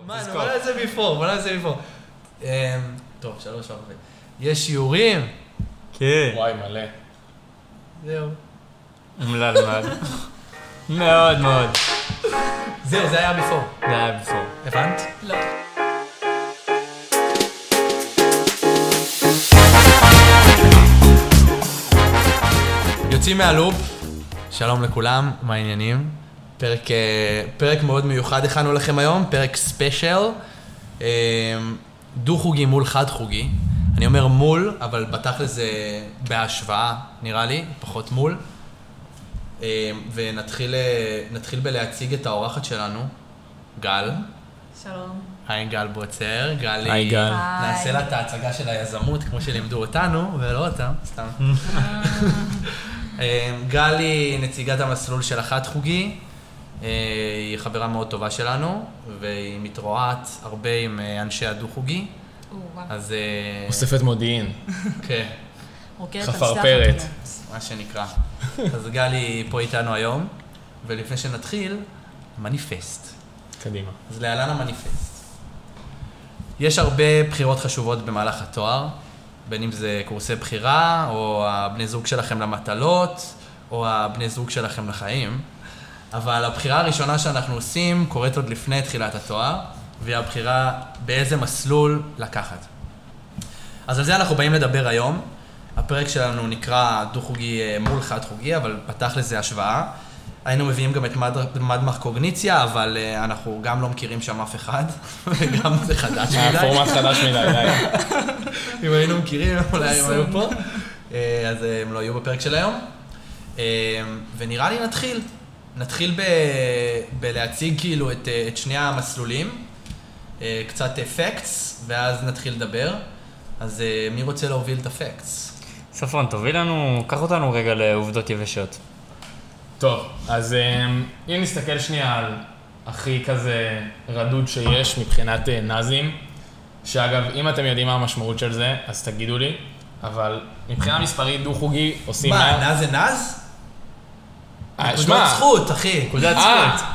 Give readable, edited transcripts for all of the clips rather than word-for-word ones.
בוא נעשה בפור. טוב, 3-4. יש שיעורים? כן. וואי, מלא. זהו. אומלל מאוד. מאוד מאוד. זהו, זה היה בפור. זה היה בפור. הבנת? לא. יוצאים מהלופ, שלום לכולם, מה העניינים? פרק מאוד מיוחד הכנו לכם היום, פרק ספיישל, דו-חוגי מול חד-חוגי. אני אומר מול, אבל בתכל'ס זה בהשוואה, נראה לי, פחות מול. ונתחיל בלהציג את האורחת שלנו, גל. שלום. היי גל בוצר, גלי. היי גל. נעשה לה את ההצגה של היזמות, כמו שלימדו אותנו, ולא אותה, סתם. גל היא נציגת המסלול של החד-חוגי, היא חברה מאוד טובה שלנו, והיא מתרועעת הרבה עם אנשי הדו-חוגי. אז... אוספת מודיעין. כן. חפרפרת. מה שנקרא. אז גל היא פה איתנו היום, ולפני שנתחיל, מניפסט. קדימה. אז להלן המניפסט. יש הרבה בחירות חשובות במהלך התואר, בין אם זה קורסי בחירה, או הבני זוג שלכם למטלות, או הבני זוג שלכם לחיים. אבל הבחירה הראשונה שאנחנו עושים קורית עוד לפני תחילת התואר, והיא הבחירה באיזה מסלול לקחת. אז על זה אנחנו באים לדבר היום. הפרק שלנו נקרא דו-חוגי מול חד-חוגי, אבל פתח לזה השוואה. היינו מביאים גם את מדמח קוגניציה, אבל אנחנו גם לא מכירים שם אף אחד, וגם זה חדש מדי. פורמט חדש מדי, די. אם היינו מכירים, אולי הם היו פה, אז הם לא יהיו בפרק של היום. ונראה לי נתחיל בלהציג כאילו את שני המסלולים, קצת פקטס, ואז נתחיל לדבר. אז מי רוצה להוביל את הפקטס? ספרון, תוביל לנו, קח אותנו רגע לעובדות יבשות. טוב, אז אם נסתכל שנייה על הכי כזה רדוד שיש מבחינת נזים, שאגב, אם אתם יודעים מה המשמעות של זה, אז תגידו לי, אבל מבחינה מספרית דו-חוגי עושים... מה, נז זה נז? נקודות זכות, אחי. נקודת זכות.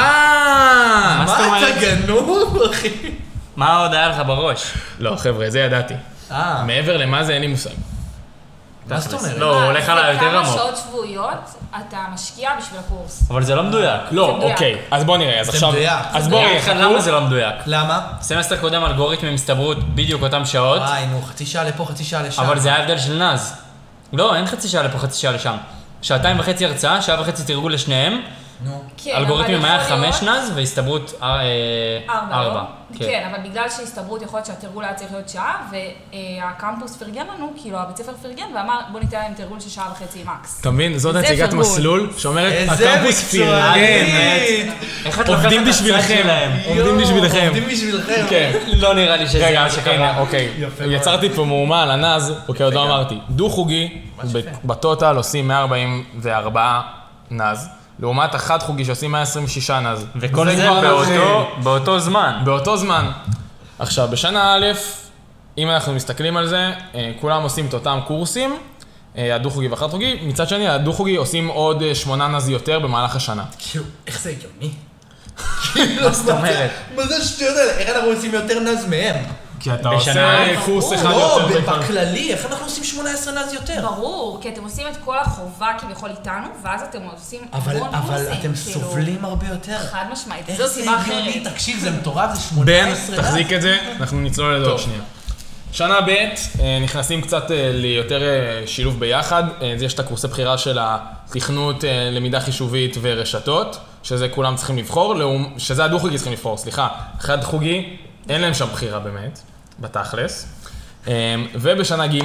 מה? זאת אומרת? אתה גנוב, אחי? מה עוד היה לך בראש? לא, חבר'ה, זה ידעתי. מעבר למה זה אין לי מושג. מה זאת אומרת? לא, הוא הולך על היותר כמה עמוק. שעות שבועיות אתה משקיע בשביל הקורס. אבל זה לא מדויק. לא, מדויק. אוקיי, אז בוא נראה, אז זה עכשיו... מדויק. אז בואו אני אגיד לך למה זה לא מדויק. למה? סמסטר קודם אלגוריתמים הסתברות בדיוק אותם שעות, נו, חצי שעה לפה, חצי שעה לשם. אבל זה היה הבדל של נז. לא, אין חצי שעה לפה, חצי שעה לשם. 2.5 הרצאה, 1.5 שעה תרגול לשניהם. נו. כן, אלגוריתמים אבל היה יכול להיות 5 נז והסתברות 4. כן, אבל בגלל שהסתברות יכול להיות שהתרגול היה צריך להיות שעה, והקמפוס פרגן לנו, כאילו הבית ספר פרגן, ואמר בוא ניתן להם תרגול של 1.5 שעה מקס. אתה מבין? זאת זה נציגת פרגון. מסלול שאומרת, איזה הקמפוס מקצוענית. איך את עובדים לוקחת את הצד בשבילכם. שלהם? עובדים בשבילכם. עובדים בשבילכם. כן. לא נראה לי שזה רגע, מה שקרה. הנה, אוקיי. יפה מאוד. יצרתי פה מהומה על הנז, אוקיי, עוד לא אמרתי. דו-חוגי, בטוטל עושים 144 נז, לעומת החד-חוגי שעושים 126 נז. וכל זה באותו זמן. באותו זמן. עכשיו, בשנה א', אם אנחנו מסתכלים על זה, כולם עושים את אותם קורסים, הדו-חוגי והחד-חוגי. מצד שני, הדו-חוגי עושים עוד 8 נז יותר במהלך השנה. כאילו, איך זה הגיוני? מה זאת אומרת? מה זה השטויות האלה? איך אנחנו עושים יותר נז מהם? כי אתה בשנה עושה קורס אחד לא, יותר. בכללי, איך אנחנו עושים 18 נז יותר? ברור, כי אתם עושים את כל החובה כביכול איתנו, ואז אתם עושים אבל קורסים, אתם כאילו, סובלים הרבה יותר. חד משמעית, איך זו זה סיבה הגיוני? אחרת. תקשיב, זה מטורף, זה בן, 18 נז. תחזיק את זה, אנחנו נצלול לזה עוד שנייה. שנה ב' נכנסים קצת ליותר שילוב ביחד, יש את הקורסי בחירה של התכנות, למידה חישובית ורשתות, שזה כולם צריכים לבחור, שזה הדו-חוגי צריכים לבחור, סליחה, חד-חוגי, אין להם שם בחירה באמת, בתכלס. ובשנה ג'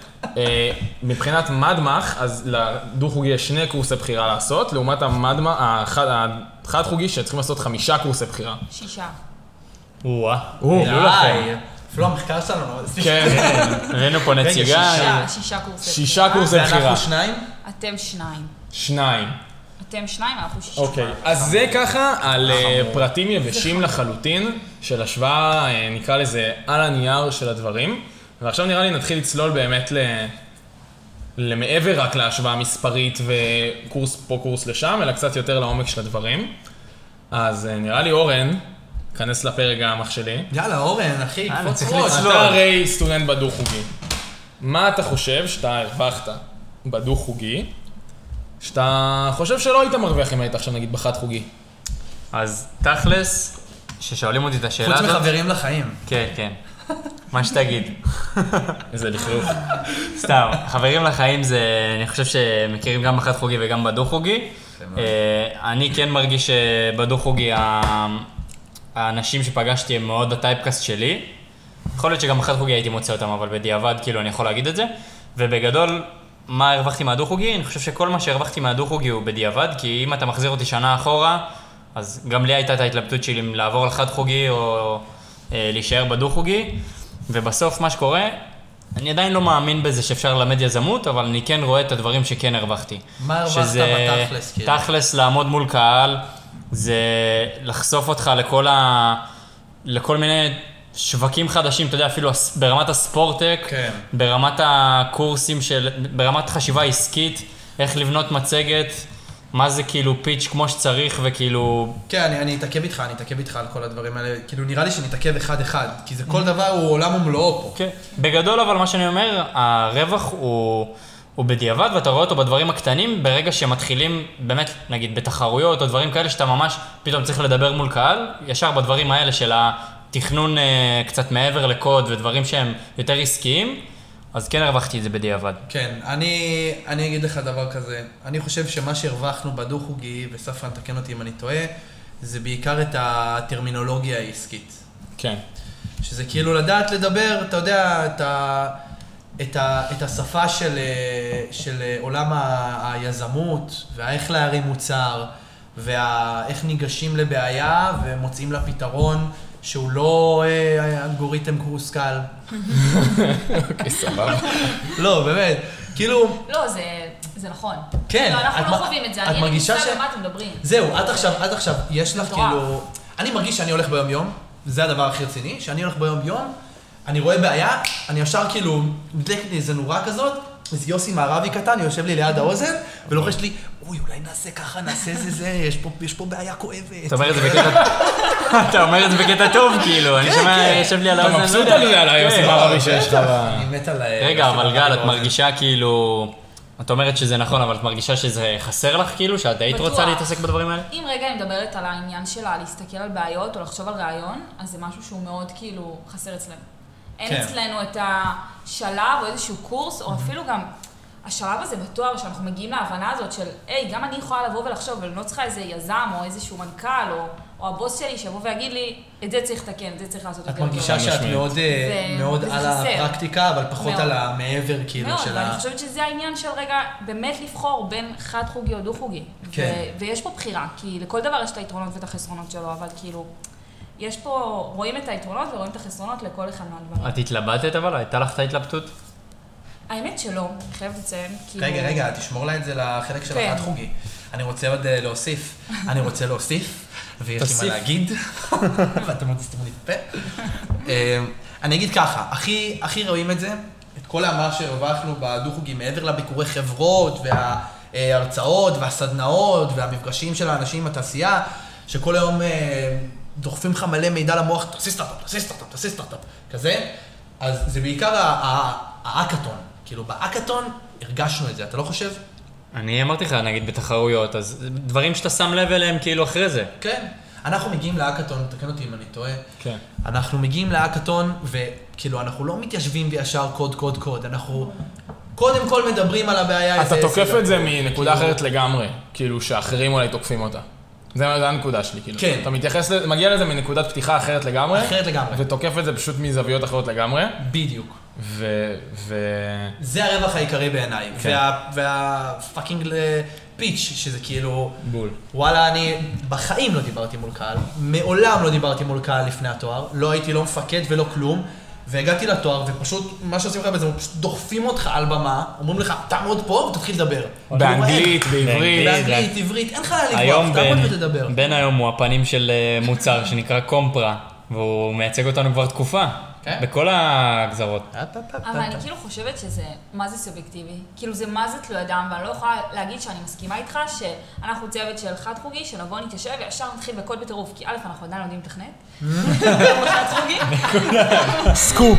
מבחינת מדמח, אז לדו-חוגי יש 2 קורסי בחירה לעשות, לעומת החד-חוגי שצריכים לעשות 5 קורסי בחירה. 6. וואה. די. אפילו המחקר שלנו. כן, ראינו פה נציגה. 6 קורסי. 6 קורסי בחירה. ואנחנו 2? אתם 2. 2. אתם 2, אנחנו 6. אוקיי, אז זה ככה על פרטים יבשים לחלוטין של השוואה, נקרא לזה, על הנייר של הדברים. ועכשיו נראה לי נתחיל לצלול באמת למעבר רק להשוואה מספרית וקורס פה קורס לשם, אלא קצת יותר לעומק של הדברים. אז נראה לי אורן, כנס לפרק המח שלי. יאללה, אורן, אחי, קפוץ צריך ראש. לצלול. אתה הרי סטודנט בדו-חוגי. מה אתה חושב שאתה הרווחת בדו-חוגי, שאתה חושב שלא היית מרוויח אם היית עכשיו נגיד בחד-חוגי? אז תכלס, ששואלים אותי את השאלה חוץ הזאת... מחברים לחיים. כן, כן. מה שתגיד. איזה לכלוך. סתם, חברים לחיים זה, אני חושב שמכירים גם בחד-חוגי וגם בדו-חוגי. אני כן מרגיש שבדו-חוגי האנשים שפגשתי הם מאוד הטייפקאסט שלי. יכול להיות שגם בחד-חוגי הייתי מוצא אותם, אבל בדיעבד כאילו אני יכול להגיד את זה. ובגדול, מה הרווחתי מהדו-חוגי? אני חושב שכל מה שהרווחתי מהדו-חוגי הוא בדיעבד, כי אם אתה מחזיר אותי שנה אחורה, אז גם לי הייתה את ההתלבטות שלי אם לעבור לחד-חוגי או להישאר בדו-חוגי. ובסוף מה שקורה, אני עדיין לא מאמין בזה שאפשר ללמד יזמות, אבל אני כן רואה את הדברים שכן הרווחתי. מה הרווחת בתכלס? כאילו? תכלס לעמוד מול קהל, זה לחשוף אותך לכל מיני שווקים חדשים, אתה יודע, אפילו ברמת הספורטק, כן. ברמת הקורסים ברמת חשיבה עסקית, איך לבנות מצגת, מה זה כאילו פיץ' כמו שצריך וכאילו... כן, אני אתעכב איתך על כל הדברים האלה. כאילו נראה לי שנתעכב אחד-אחד, כי זה כל דבר הוא עולם ומלואו פה. כן, בגדול אבל מה שאני אומר, הרווח הוא בדיעבד ואתה רואה אותו בדברים הקטנים, ברגע שמתחילים באמת, נגיד בתחרויות או דברים כאלה שאתה ממש פתאום צריך לדבר מול קהל, ישר בדברים האלה של התכנון קצת מעבר לקוד ודברים שהם יותר עסקיים, אז כן הרווחתי את זה בדיעבד. כן, אני אגיד לך דבר כזה. אני חושב שמה שהרווחנו בדו-חוגי, וספרן תקן אותי אם אני טועה, זה בעיקר את הטרמינולוגיה העסקית. כן. שזה כאילו לדעת לדבר, אתה יודע, את השפה של עולם היזמות, ואיך להרים מוצר, ואיך ניגשים לבעיה ומוצאים לה פתרון, שהוא לא אלגוריתם קרוסקל. אוקיי, סבבה. לא, באמת, כאילו... לא, זה נכון. כן. לא, אנחנו לא חווים את זה, אני מנסה במה אתם מדברים. זהו, עד עכשיו, יש לך כאילו... אני מרגיש שאני הולך ביום יום, זה הדבר הכי רציני, שאני הולך ביום יום, אני רואה בעיה, אני ישר כאילו, מדלקת לי איזה נורה כזאת, איזה יוסי מערבי קטן, יושב לי ליד האוזן, ולוחש לי, אוי, אולי נעשה ככה, נעשה זה, יש פה בעיה כואבת. אתה אומר את זה בקטע טוב, כאילו, אני שומע, יושב לי על האוזן. אתה מבסוט על היוסי מערבי שיש לך. אני מת על... רגע, אבל גל, את מרגישה כאילו... את אומרת שזה נכון, אבל את מרגישה שזה חסר לך כאילו, שאת היית רוצה להתעסק בדברים האלה? אם רגע אני מדברת על העניין שלה להסתכל על בעיות או לחשוב על רעיון, אז זה משהו שהוא מאוד כאילו חסר אצלנו. אין אצלנו את השלב או איזשהו קורס, או אפילו גם השלב הזה בתואר שאנחנו מגיעים להבנה הזאת של, היי, גם אני יכולה לבוא ולחשוב, אבל לא צריכה איזה יזם או איזשהו מנכ"ל או הבוס שלי שיבוא ויגיד לי, את זה צריך לתקן, את זה צריך לעשות יותר טוב. את מרגישה שאת מאוד על הפרקטיקה, אבל פחות על המעבר כאילו של ה... ואני חושבת שזה העניין של רגע באמת לבחור בין חד-חוגי או דו-חוגי. ויש פה בחירה, כי לכל דבר יש את היתרונות ואת החסרונות שלו, אבל כאילו, יש פה, רואים את היתרונות ורואים את החסרונות לכל אחד מהדברים. את התלבטת אבל? הייתה לך את ההתלבטות? האמת שלא, אני חייבת לציין. רגע, תשמור לה את זה לחלק של החד-חוגי. אני רוצה עוד להוסיף, ויש לי מה להגיד, ואתם עוד תסתמו לי פה. אני אגיד ככה, הכי רואים את זה, את כל מה שהרווחנו בדו-חוגי, מעבר לביקורי חברות, וההרצאות, והסדנאות, והמפגשים של האנשים בתעשייה, שכל היום דוחפים לך מלא מידע למוח, תעשי סטארט-אפ, כזה. אז זה בעיקר האקאטון. כאילו, באקאטון הרגשנו את זה, אתה לא חושב? אני אמרתי לך, נגיד, בתחרויות, אז דברים שאתה שם לב אליהם כאילו אחרי זה. כן. אנחנו מגיעים לאקאטון, תקן אותי אם אני טועה. כן. אנחנו מגיעים לאקאטון, וכאילו, אנחנו לא מתיישבים וישר קוד. אנחנו קודם כל מדברים על הבעיה. אתה תוקף את זה מנקודה אחרת לגמרי, כאילו, שאחרים אולי תוקפים אותה. זה הנקודה שלי, כאילו. כן. אתה מגיע לזה מנקודת פתיחה אחרת לגמרי. לגמרי. ותוקף את זה פשוט מזוויות אחרות לגמרי. בדיוק. זה הרווח העיקרי בעיניי. והפאקינג פיץ' שזה כאילו... בול. וואלה, אני בחיים לא דיברתי מול קהל. מעולם לא דיברתי מול קהל לפני התואר. לא הייתי לא מפקד ולא כלום. והגעתי לתואר, ופשוט, מה שעושים לך בזה, פשוט דוחפים אותך על במה, אומרים לך, תעמוד פה ותתחיל לדבר. באנגלית, בעברית. באנגלית, עברית, אין לך לברוח, תעמוד ותדבר. בן היום הוא הפנים של מוצר שנקרא קומפרה, והוא מייצג אותנו כבר תקופה. בכל הגזרות. אבל אני כאילו חושבת שזה, מה זה סובייקטיבי? כאילו זה מה זה תלוי אדם, ואני לא יכולה להגיד שאני מסכימה איתך שאנחנו צוות של חד חוגי, שנבוא נתיישב וישר נתחיל בקוד בטירוף, כי א', אנחנו עדיין יודעים לתכנת, חד חוגי. סקופ.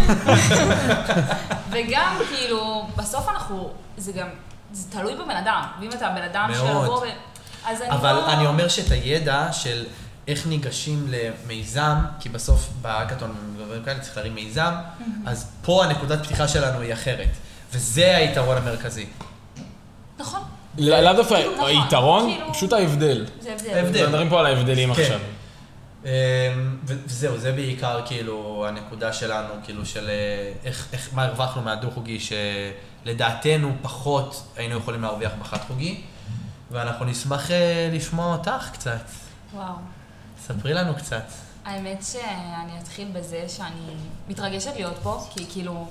וגם כאילו, בסוף זה גם, זה תלוי בבן אדם, ואם אתה בן אדם שלבוא, אז אני לא... אבל אני אומר שאת הידע של איך ניגשים למיזם, כי בסוף בהאקתון ובדברים כאלה צריך להרים מיזם, אז פה הנקודת פתיחה שלנו היא אחרת. וזה היתרון המרכזי. נכון. לאו דווקא היתרון, פשוט ההבדל. זה הבדל. מדברים פה על ההבדלים עכשיו. וזהו, זה בעיקר כאילו הנקודה שלנו, כאילו של מה הרווחנו מהדו-חוגי, שלדעתנו פחות היינו יכולים להרוויח בחד-חוגי, ואנחנו נשמח לשמוע אותך קצת. וואו. ספרי לנו קצת. האמת שאני אתחיל בזה שאני מתרגשת להיות פה, כי כאילו...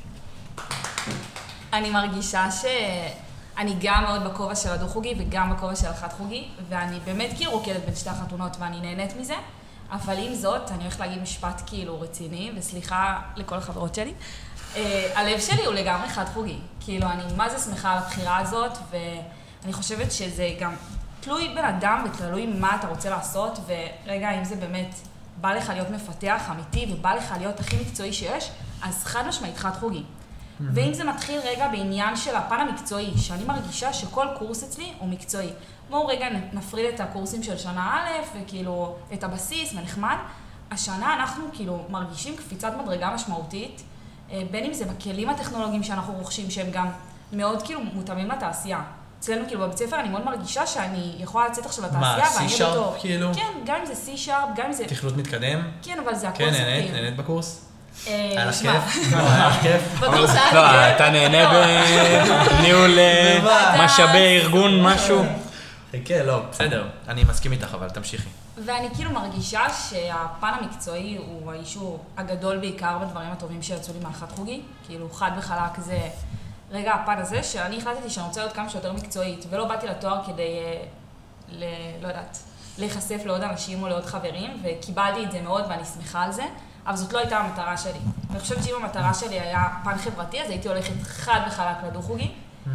אני מרגישה שאני גם מאוד בכובע של הדו-חוגי וגם בכובע של החד-חוגי, ואני באמת כאילו רוקדת בין שתי החתונות ואני נהנית מזה, אבל עם זאת, אני הולכת להגיד משפט כאילו רציני, וסליחה לכל החברות שלי, הלב שלי הוא לגמרי חד-חוגי. כאילו, אני מה זה שמחה על הבחירה הזאת, ואני חושבת שזה גם תלוי בן אדם ותלוי מה אתה רוצה לעשות, ורגע, אם זה באמת בא לך להיות מפתח אמיתי ובא לך להיות הכי מקצועי שיש, אז חד משמעית חד-חוגי. ואם זה מתחיל רגע בעניין של הפן המקצועי, שאני מרגישה שכל קורס אצלי הוא מקצועי. בואו רגע נפריד את הקורסים של שנה א' וכאילו את הבסיס ונחמד. השנה אנחנו כאילו מרגישים קפיצת מדרגה משמעותית, בין אם זה בכלים הטכנולוגיים שאנחנו רוכשים, שהם גם מאוד כאילו מותאמים לתעשייה. אצלנו כאילו בבית ספר אני מאוד מרגישה שאני יכולה לצאת עכשיו לתעשייה ואני אהיה בטוב. מה, C-Sharp כאילו? כן, גם אם זה C-Sharp, גם אם זה... תכנות מתקדם? כן, אבל זה הקורס. כן, נהנית בקורס? היה לך שמע. כיף? היה לך כיף? בקורס היה לא, לי כיף. אתה נהנה בניהול משאבי ארגון, משהו? כן, לא, בסדר. אני מסכים איתך, אבל תמשיכי. ואני כאילו מרגישה שהפן המקצועי הוא האישו הגדול בעיקר בדברים הטובים שיצאו לי מהחד חוגי. כאילו חד וחלק זה רגע הפן הזה שאני החלטתי שאני רוצה להיות כמה שיותר מקצועית, ולא באתי לתואר כדי, לא יודעת, להיחשף לעוד אנשים או לעוד חברים, וקיבלתי את זה מאוד ואני שמחה על זה, אבל זאת לא הייתה המטרה שלי. אני חושבת שאם המטרה שלי היה פן חברתי, אז הייתי הולכת חד וחלק לדו חוגי.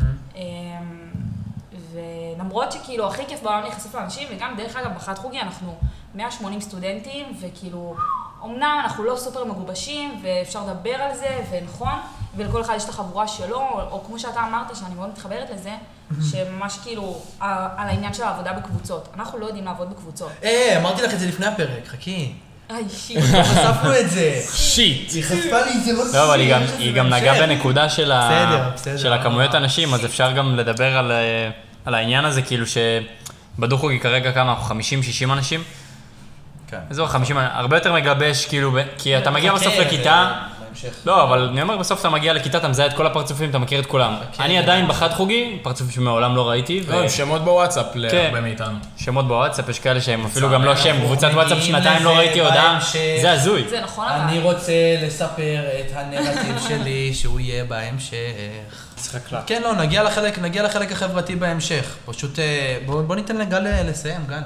ולמרות שכאילו הכי כיף בעולם להיחשף לאנשים, וגם דרך אגב בחד חוגי אנחנו 180 סטודנטים, וכאילו אמנם אנחנו לא סופר מגובשים, ואפשר לדבר על זה, ונכון, ולכל אחד יש את החבורה שלו, או כמו שאתה אמרת, שאני מאוד מתחברת לזה, שממש כאילו על העניין של העבודה בקבוצות. אנחנו לא יודעים לעבוד בקבוצות. אמרתי לך את זה לפני הפרק, חכי. שיט. חשפנו את זה. שיט. היא חשפה לי את זה, לא, אבל היא גם נגעה בנקודה של הכמויות אנשים, אז אפשר גם לדבר על העניין הזה, כאילו שבדו-חוגי כרגע כמה, 50-60 אנשים? כן. אזור 50, הרבה יותר מגבש, כאילו, כי אתה מגיע בסוף לכיתה, לא, אבל אני אומר, בסוף אתה מגיע לכיתה, אתה מזהה את כל הפרצופים, אתה מכיר את כולם. אני עדיין בחד חוגי, פרצופים שמעולם לא ראיתי. לא, שמות בוואטסאפ להרבה מאיתנו. שמות בוואטסאפ, יש כאלה שהם אפילו גם לא שם, קבוצת וואטסאפ שנתיים לא ראיתי הודעה, זה הזוי. זה נכון, אבל... אני רוצה לספר את הנרטיב שלי, שהוא יהיה בהמשך. כן, לא, נגיע לחלק החברתי בהמשך. פשוט, בוא ניתן לגל לסיים, גל.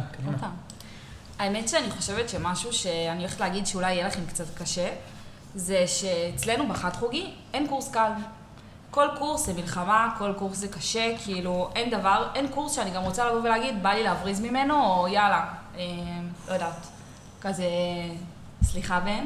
האמת שאני חושבת שמשהו שאני הולכת להגיד שאולי יהיה לכם קצת קשה, זה שאצלנו בחד חוגי אין קורס קל. כל קורס זה מלחמה, כל קורס זה קשה, כאילו אין קורס שאני גם רוצה לבוא ולהגיד, בא לי להבריז ממנו, או יאללה, לא יודעת, כזה, סליחה בן,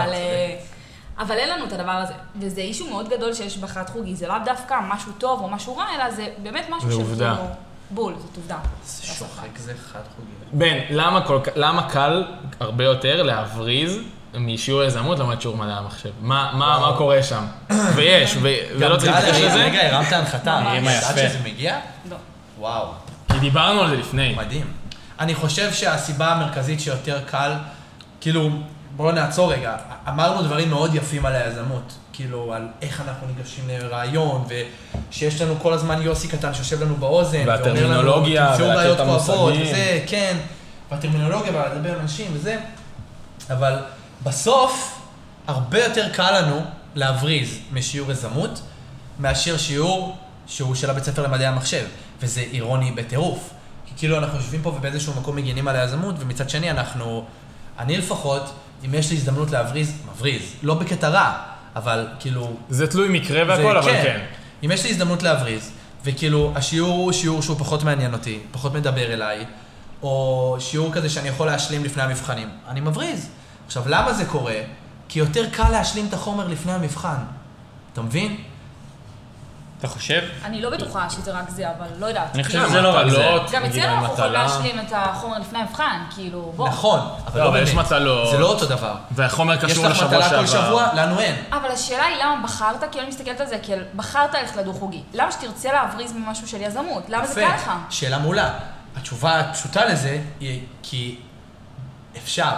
אבל אין לנו את הדבר הזה. וזה אישו מאוד גדול שיש בחד חוגי, זה לאו דווקא משהו טוב או משהו רע, אלא זה באמת משהו עובדה. בול, זאת עובדה. זה שוחק, זה חד חוגי. בן, למה קל הרבה יותר להבריז משיעור יזמות לעומת שיעור מדעי המחשב? מה קורה שם? ויש, ולא צריך להתקשר לזה? רגע, הרמת הנחתה, נראה מה עד יפה. שזה מגיע? לא. וואו. כי דיברנו על זה לפני. מדהים. אני חושב שהסיבה המרכזית שיותר קל, כאילו, בואו נעצור רגע, אמרנו דברים מאוד יפים על היזמות, כאילו, על איך אנחנו ניגשים לרעיון, ושיש לנו כל הזמן יוסי קטן שיושב לנו באוזן, והטרמינולוגיה, ולהכיר את המושגים. וזה, כן, והטרמינולוגיה, ולדבר עם אנשים וזה, אבל בסוף, הרבה יותר קל לנו להבריז משיעור יזמות, מאשר שיעור שהוא של הבית ספר למדעי המחשב, וזה אירוני בטירוף. כי כאילו אנחנו יושבים פה ובאיזשהו מקום מגינים על היזמות, ומצד שני אני לפחות אם יש לי הזדמנות להבריז, מבריז. לא בקטע רע, אבל כאילו... זה תלוי מקרה והכל, אבל כן. אם יש לי הזדמנות להבריז, וכאילו השיעור הוא שיעור שהוא פחות מעניין אותי, פחות מדבר אליי, או שיעור כזה שאני יכול להשלים לפני המבחנים, אני מבריז. עכשיו, למה זה קורה? כי יותר קל להשלים את החומר לפני המבחן. אתה מבין? אתה חושב? אני לא בטוחה שזה רק זה, אבל לא יודעת. אני חושב שזה לא רק זה. גם אצלנו אנחנו יכולים להשלים את החומר לפני המבחן, כאילו, בוא. נכון, אבל לא באמת. יש מטלות. זה לא אותו דבר. והחומר קשור לשבוע יש לך מטלה כל שבוע, לנו אין. אבל השאלה היא למה בחרת, כי אני מסתכלת על זה, כי בחרת ללכת לדו-חוגי. למה שתרצה להבריז ממשהו של יזמות? למה זה קל לך? שאלה מעולה. התשובה הפשוטה לזה היא כי אפשר.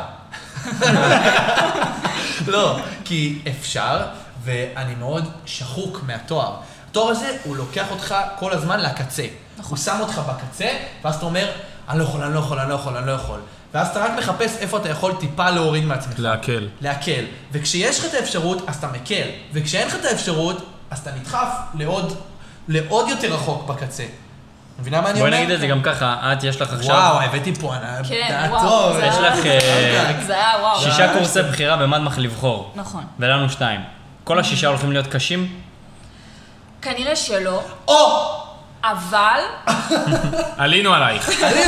לא, כי אפשר, ואני מאוד שחוק מהתואר. התואר הזה, הוא לוקח אותך כל הזמן לקצה. הוא שם אותך בקצה, ואז אתה אומר, אני לא יכול. ואז אתה רק מחפש איפה אתה יכול טיפה להוריד מעצמך. להקל. וכשיש לך את האפשרות, אז אתה מקל. וכשאין לך את האפשרות, אז אתה נדחף לעוד יותר רחוק בקצה. מבינה מה אני אומר? בואי נגיד את זה גם ככה, יש לך עכשיו... וואו, הבאתי פה, כן, וואו. יש לך זה היה וואו. 6 קורסי בחירה במדמח לבחור. נכון. ולנו 2. כל ה6 הולכים להיות קשים? כנראה שלא. או! אבל... עלינו עלייך.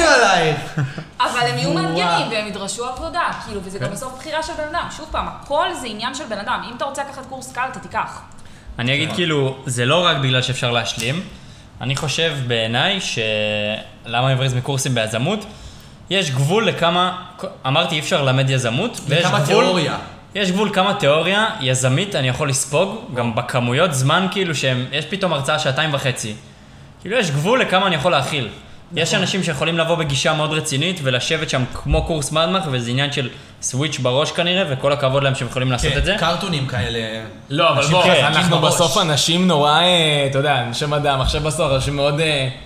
אבל הם יהיו מאתגרים והם ידרשו עבודה, כאילו, וזה גם בסוף בחירה של בן אדם. שוב פעם, הכל זה עניין של בן אדם. אם אתה רוצה לקחת קורס קל, אתה תיקח. אני אגיד כאילו, זה לא רק בגלל שאפשר להשלים. אני חושב בעיניי למה אני מבריז מקורסים ביזמות, יש גבול לכמה, אמרתי אי אפשר ללמד יזמות, לכמה תיאוריה. יש גבול כמה תיאוריה יזמית אני יכול לספוג, גם בכמויות זמן כאילו יש פתאום הרצאה 2.5 שעות. כאילו יש גבול לכמה אני יכול להכיל. יש אנשים שיכולים לבוא בגישה מאוד רצינית ולשבת שם כמו קורס מדמח, וזה עניין של סוויץ' בראש כנראה, וכל הכבוד להם שהם יכולים לעשות את זה. קרטונים כאלה. לא, אבל בוא, אנחנו בסוף אנשים נורא, אתה יודע, אנשי מדע, מחשב בסוף, אנשים מאוד,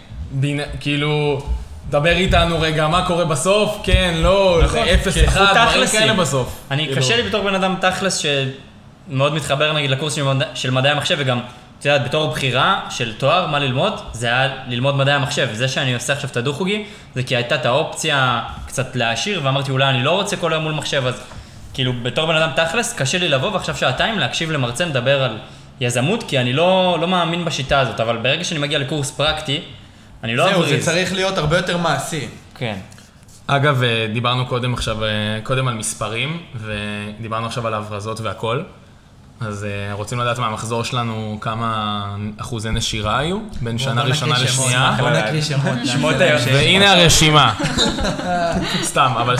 כאילו, דבר איתנו רגע, מה קורה בסוף? כן, לא, 0-1, דברים כאלה בסוף. קשה לי בתור בן אדם תכלס שמאוד מתחבר נגיד לקורס של מדעי המחשב, וגם את יודעת, בתור בחירה של תואר, מה ללמוד, זה היה ללמוד מדעי המחשב. זה שאני עושה עכשיו את הדו-חוגי, זה כי הייתה את האופציה קצת להעשיר, ואמרתי, אולי אני לא רוצה כל היום מול מחשב, אז כאילו, בתור בן אדם תכלס, קשה לי לבוא, ועכשיו 2 שעות להקשיב למרצה מדבר על יזמות, כי אני לא מאמין בשיטה הזאת, אבל ברגע שאני מגיע לקורס פרקטי, אני לא אבריז. זהו, זה צריך להיות הרבה יותר מעשי. כן. אגב, דיברנו קודם על מספרים, ודיברנו עכשיו על ההברזות והכל. אז רוצים לדעת מהמחזור שלנו כמה אחוזי נשירה היו בין שנה ראשונה לשנייה. בוא נקריא שמות. והנה הרשימה. סתם, אבל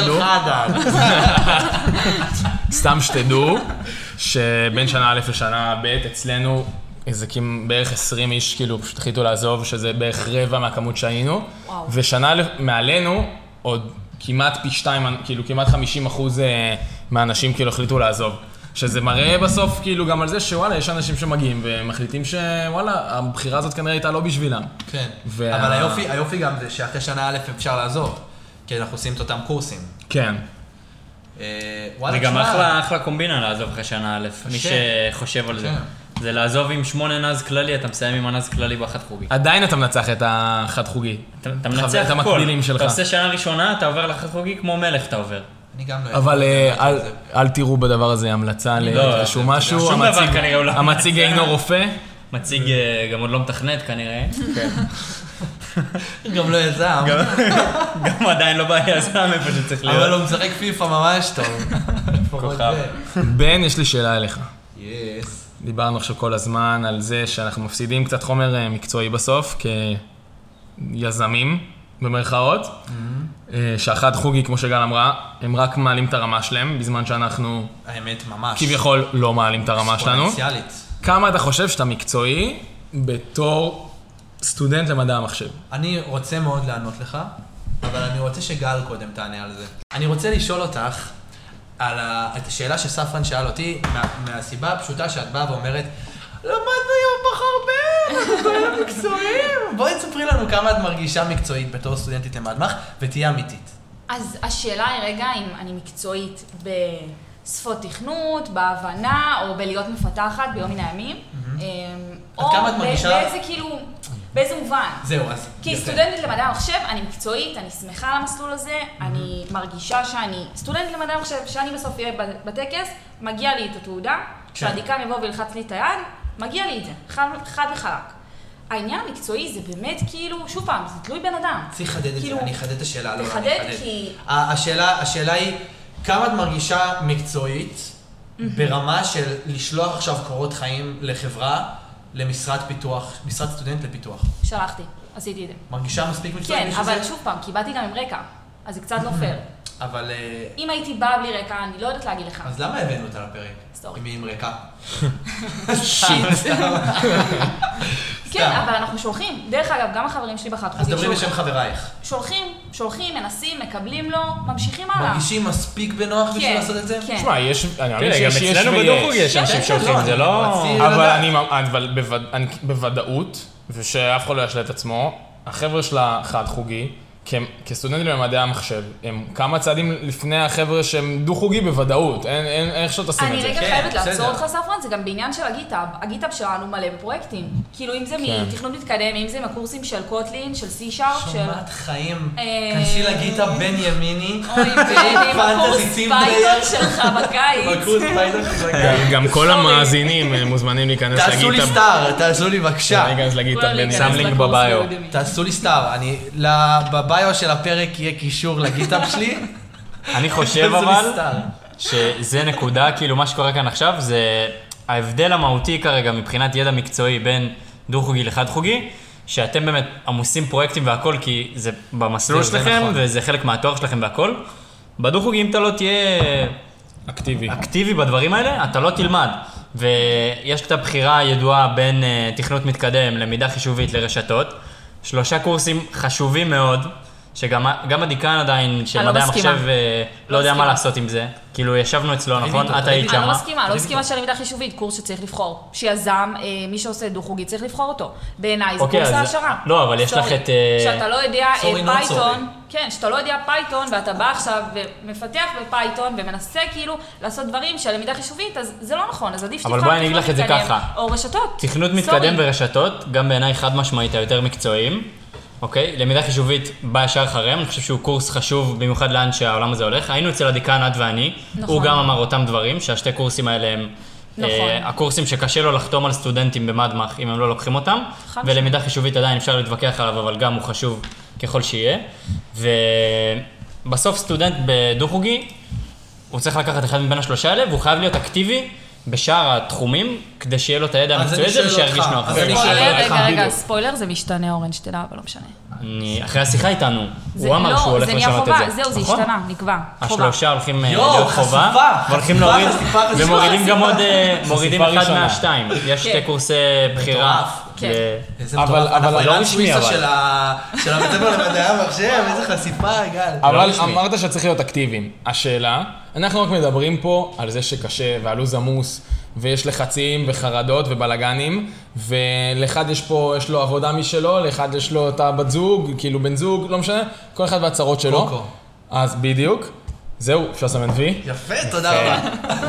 סתם שתדעו שבין שנה א' לשנה ב' אצלנו איזה בערך 20 איש כאילו פשוט החליטו לעזוב, שזה בערך רבע מהכמות שהיינו. ושנה מעלינו עוד כמעט פי 2, כאילו כמעט 50% מהאנשים כאילו החליטו לעזוב. שזה מראה בסוף כאילו גם על זה שוואלה, יש אנשים שמגיעים ומחליטים שוואלה, הבחירה הזאת כנראה הייתה לא בשבילם. כן, אבל היופי גם זה שאחרי שנה א' אפשר לעזוב, כי אנחנו עושים את אותם קורסים. כן. זה גם אחלה קומבינה לעזוב אחרי שנה א', מי שחושב על זה. זה לעזוב עם 8 נז כללי, אתה מסיים עם הנז כללי באחד חוגי. עדיין אתה מנצח את החד חוגי. אתה מנצח את המקבילים שלך. אתה עושה שנה ראשונה, אתה עובר לחד חוגי כמו מלך אתה עובר. אבל אל תראו בדבר הזה המלצה לאיזשהו משהו, המציג אינו רופא. מציג גם עוד לא מתכנת כנראה. גם לא יזם. גם עדיין לא ביזם איפה שצריך להיות. אבל הוא משחק פיפה ממש טוב. כוכב. בן, יש לי שאלה אליך. דיברנו עכשיו כל הזמן על זה שאנחנו מפסידים קצת חומר מקצועי בסוף כיזמים. במרכאות, שהחד חוגי, כמו שגל אמרה, הם רק מעלים את הרמה שלהם, בזמן שאנחנו האמת ממש כביכול לא מעלים את הרמה שלנו. אקספוננציאלית. כמה אתה חושב שאתה מקצועי בתור סטודנט למדע המחשב? אני רוצה מאוד לענות לך, אבל אני רוצה שגל קודם תענה על זה. אני רוצה לשאול אותך את השאלה שספרן שאל אותי, מהסיבה הפשוטה שאת באה ואומרת, למדנו יום בחר בן, אנחנו כאלה מקצועיים. בואי תספרי לנו כמה את מרגישה מקצועית בתור סטודנטית למדמח, ותהיה אמיתית. אז השאלה היא רגע אם אני מקצועית בשפות תכנות, בהבנה, או בלהיות מפתחת ביום מן הימים. עד כמה את מרגישה... באיזה כאילו... באיזה מובן? זהו, אז... כי סטודנטית למדעי המחשב, אני מקצועית, אני שמחה על המסלול הזה, אני מרגישה שאני סטודנטית למדעי המחשב, שאני בסוף אהיה בטקס, מגיע לי את התעודה, שהדיקן יבוא וילחץ לי את היד, מגיע לי את זה, חד וחלק. העניין המקצועי זה באמת כאילו, שוב פעם, זה תלוי בן אדם. צריך לחדד את זה, אני אחדד את השאלה, לא, אני תחדד כי... השאלה היא, כמה את מרגישה מקצועית ברמה של לשלוח עכשיו קורות חיים לחברה, למשרד פיתוח, משרד סטודנט לפיתוח? שלחתי, עשיתי את זה. מרגישה מספיק מקצועית? כן, אבל שוב פעם, כי באתי גם עם רקע, אז זה קצת לא פייר. אבל... אם הייתי באה בלי רקע, אני לא יודעת להגיד לך. אז למה הבאנו אותה לפרק? סטורי. אם היא עם רקע? שיט. כן, אבל אנחנו שולחים. דרך אגב, גם החברים שלי בחד חוגים אז דברים בשם חברייך. שולחים, מנסים, מקבלים לו, ממשיכים הלאה. מרגישים מספיק בנוח בשביל לעשות את זה? כן. תשמע, אני מאמין גם שיש אצלנו בדוחוג יש אנשים שהולכים, זה לא... אבל בוודאות, ושאף אחד לא ישלה את עצמו, החבר'ה של החד חוגי, כסטודנטים למדעי המחשב, הם כמה צעדים לפני החבר'ה שהם דו-חוגי בוודאות, אין איך שלא תשים את זה. אני רגע חייבת לעצור אותך ספרן, זה גם בעניין של הגיטאב. הגיטאב שלנו מלא בפרויקטים. כאילו אם זה מתכנות מתקדם, אם זה מהקורסים של קוטלין, של C-Sharp, של... שומעת חיים, כנסי לגיטאב בן ימיני. אוי בני, הקורס פייתון שלך בקיץ. בקורס פייתון שלך בקיץ. גם כל המאזינים מוזמנים להיכנס לגיטאב. תעשו לי סטאר, תעשו לי בבקשה. להיכנס לגיטאב בן שם לינק בביו. תעשו לי סטאר, בביו של הפרק יהיה קישור לגיטאב שלי. אני חושב אבל שזה נקודה, כאילו מה שקורה כאן עכשיו זה ההבדל המהותי כרגע מבחינת ידע מקצועי בין דו-חוגי לחד-חוגי, שאתם באמת עמוסים פרויקטים והכל כי זה במסלול שלכם וזה חלק מהתואר שלכם והכל. בדו-חוגי אם אתה לא תהיה אקטיבי בדברים האלה, אתה לא תלמד. ויש את הבחירה הידועה בין תכנות מתקדם, למידה חישובית לרשתות. 3 קורסים חשובים מאוד, שגם הדיקן עדיין של מדעי המחשב לא יודע מה לעשות עם זה. כאילו ישבנו אצלו, נכון? את היית שמה. אני לא מסכימה של למידה חישובית, קורס שצריך לבחור. שיזם, מי שעושה דו-חוגי צריך לבחור אותו. בעיניי זה קורס העשרה. לא, אבל יש לך את... שאתה לא יודע פייתון, כן, שאתה לא יודע פייתון ואתה בא עכשיו ומפתח בפייתון ומנסה כאילו לעשות דברים של למידה חישובית, אז זה לא נכון, אז עדיף אבל בואי אני אגיד לך את זה ככה. או רשתות. תכנות מתקדם ורשתות, גם בעיניי חד משמעית היותר מקצועיים. אוקיי, למידה חישובית בא ישר אחריהם, אני חושב שהוא קורס חשוב במיוחד לאן שהעולם הזה הולך. היינו אצל הדיקן את ואני, הוא גם אמר אותם דברים, שהשתי קורסים האלה הם הקורסים שקשה לו לחתום על סטודנטים במדמח אם הם לא לוקחים אותם, ולמידה חישובית עדיין אפשר להתווכח עליו, אבל גם הוא חשוב ככל שיהיה. ובסוף סטודנט בדו-חוגי, הוא צריך לקחת אחד מבין השלושה האלה, והוא חייב להיות אקטיבי בשאר התחומים, כדי שיהיה לו את הידע המקצועי הזה ושירגיש נוח. רגע, ספוילר, זה משתנה אורן שתדע, אבל לא משנה. אחרי השיחה איתנו, הוא אמר שהוא הולך לשנות את זה. זהו, זה השתנה, נקבע. השלושה הולכים להיות חובה, והולכים להוריד, ומורידים גם עוד, מורידים אחד מהשתיים. יש 2 קורסי בחירה. אבל לא רשמי, של הבית ספר למדעי המחשב, איזה חשיפה, גל. אבל אמרת שצריך להיות אקטיביים. השאלה, אנחנו רק מדברים פה על זה שקשה והלו"ז עמוס, ויש לחצים וחרדות ובלגנים, ולאחד יש לו עבודה משלו, לאחד יש לו את הבת זוג, כאילו בן זוג, לא משנה, כל אחד והצרות שלו. קוקו. אז בדיוק, זהו, אפשר לסמן וי. יפה, תודה רבה.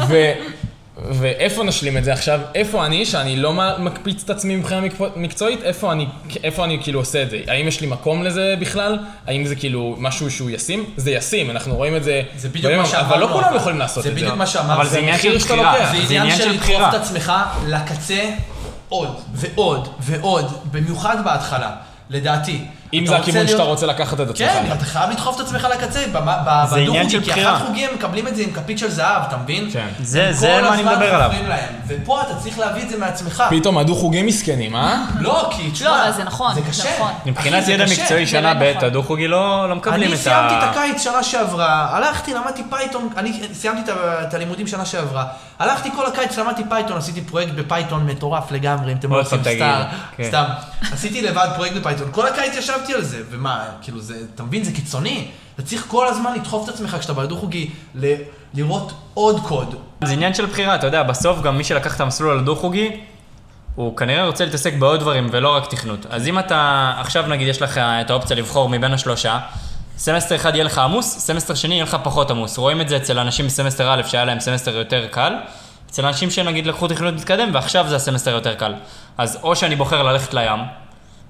ואיפה נשלים את זה עכשיו? איפה אני, שאני לא מקפיץ את עצמי מבחינה מקצועית? איפה אני כאילו עושה את זה? האם יש לי מקום לזה בכלל? האם זה כאילו משהו שהוא ישים? זה ישים, אנחנו רואים את זה. זה בדיוק מה שאמרנו. אבל לא כולם יכולים לעשות את זה. זה בדיוק מה שאמרנו. אבל זה עניין של בחירה. זה עניין של לדחוף את עצמך לקצה עוד ועוד ועוד, במיוחד בהתחלה, לדעתי. אם זה הכיוון שאתה רוצה לקחת את עצמך. כן, אתה חייב לדחוף את עצמך לקצה, בדו-חוגי, כי החד חוגי הם מקבלים את זה עם כפית של זהב, אתה מבין? זה מה אני מדבר עליו. ופה אתה צריך להביא את זה מעצמך. פתאום הדו-חוגים מסכנים, אה? לא, כי תשמע, לא, אבל זה נכון. זה קשה. מבחינת ידע מקצועי שנה ב' הדו-חוגי לא מקבלים את ה... אני סיימתי את הקיץ שנה שעברה, הלכתי, למדתי פייתון, אני סיימתי את הלימודים שנה שעברה, הלכתי כל הקיץ, למדתי פייתון, עשיתי פרויקט בפייתון מטורף לגמרי, אם אתם לא עושים סתם. עשיתי לבד פרויקט בפייתון, כל הקיץ ישבתי על זה, ומה, כאילו זה, אתה מבין, זה קיצוני. אתה צריך כל הזמן לדחוף את עצמך כשאתה בדו-חוגי, לראות עוד קוד. זה עניין של בחירה, אתה יודע, בסוף גם מי שלקח את המסלול על הדו-חוגי, הוא כנראה רוצה להתעסק בעוד דברים ולא רק תכנות. אז אם אתה, עכשיו נגיד יש לך את האופציה לבחור מבין השלושה, סמסטר אחד יהיה לך עמוס, סמסטר שני יהיה לך פחות עמוס. רואים את זה אצל אנשים בסמסטר א' שהיה להם סמסטר יותר קל, אצל אנשים שנגיד לקחו תכנות מתקדם ועכשיו זה הסמסטר יותר קל. אז או שאני בוחר ללכת לים,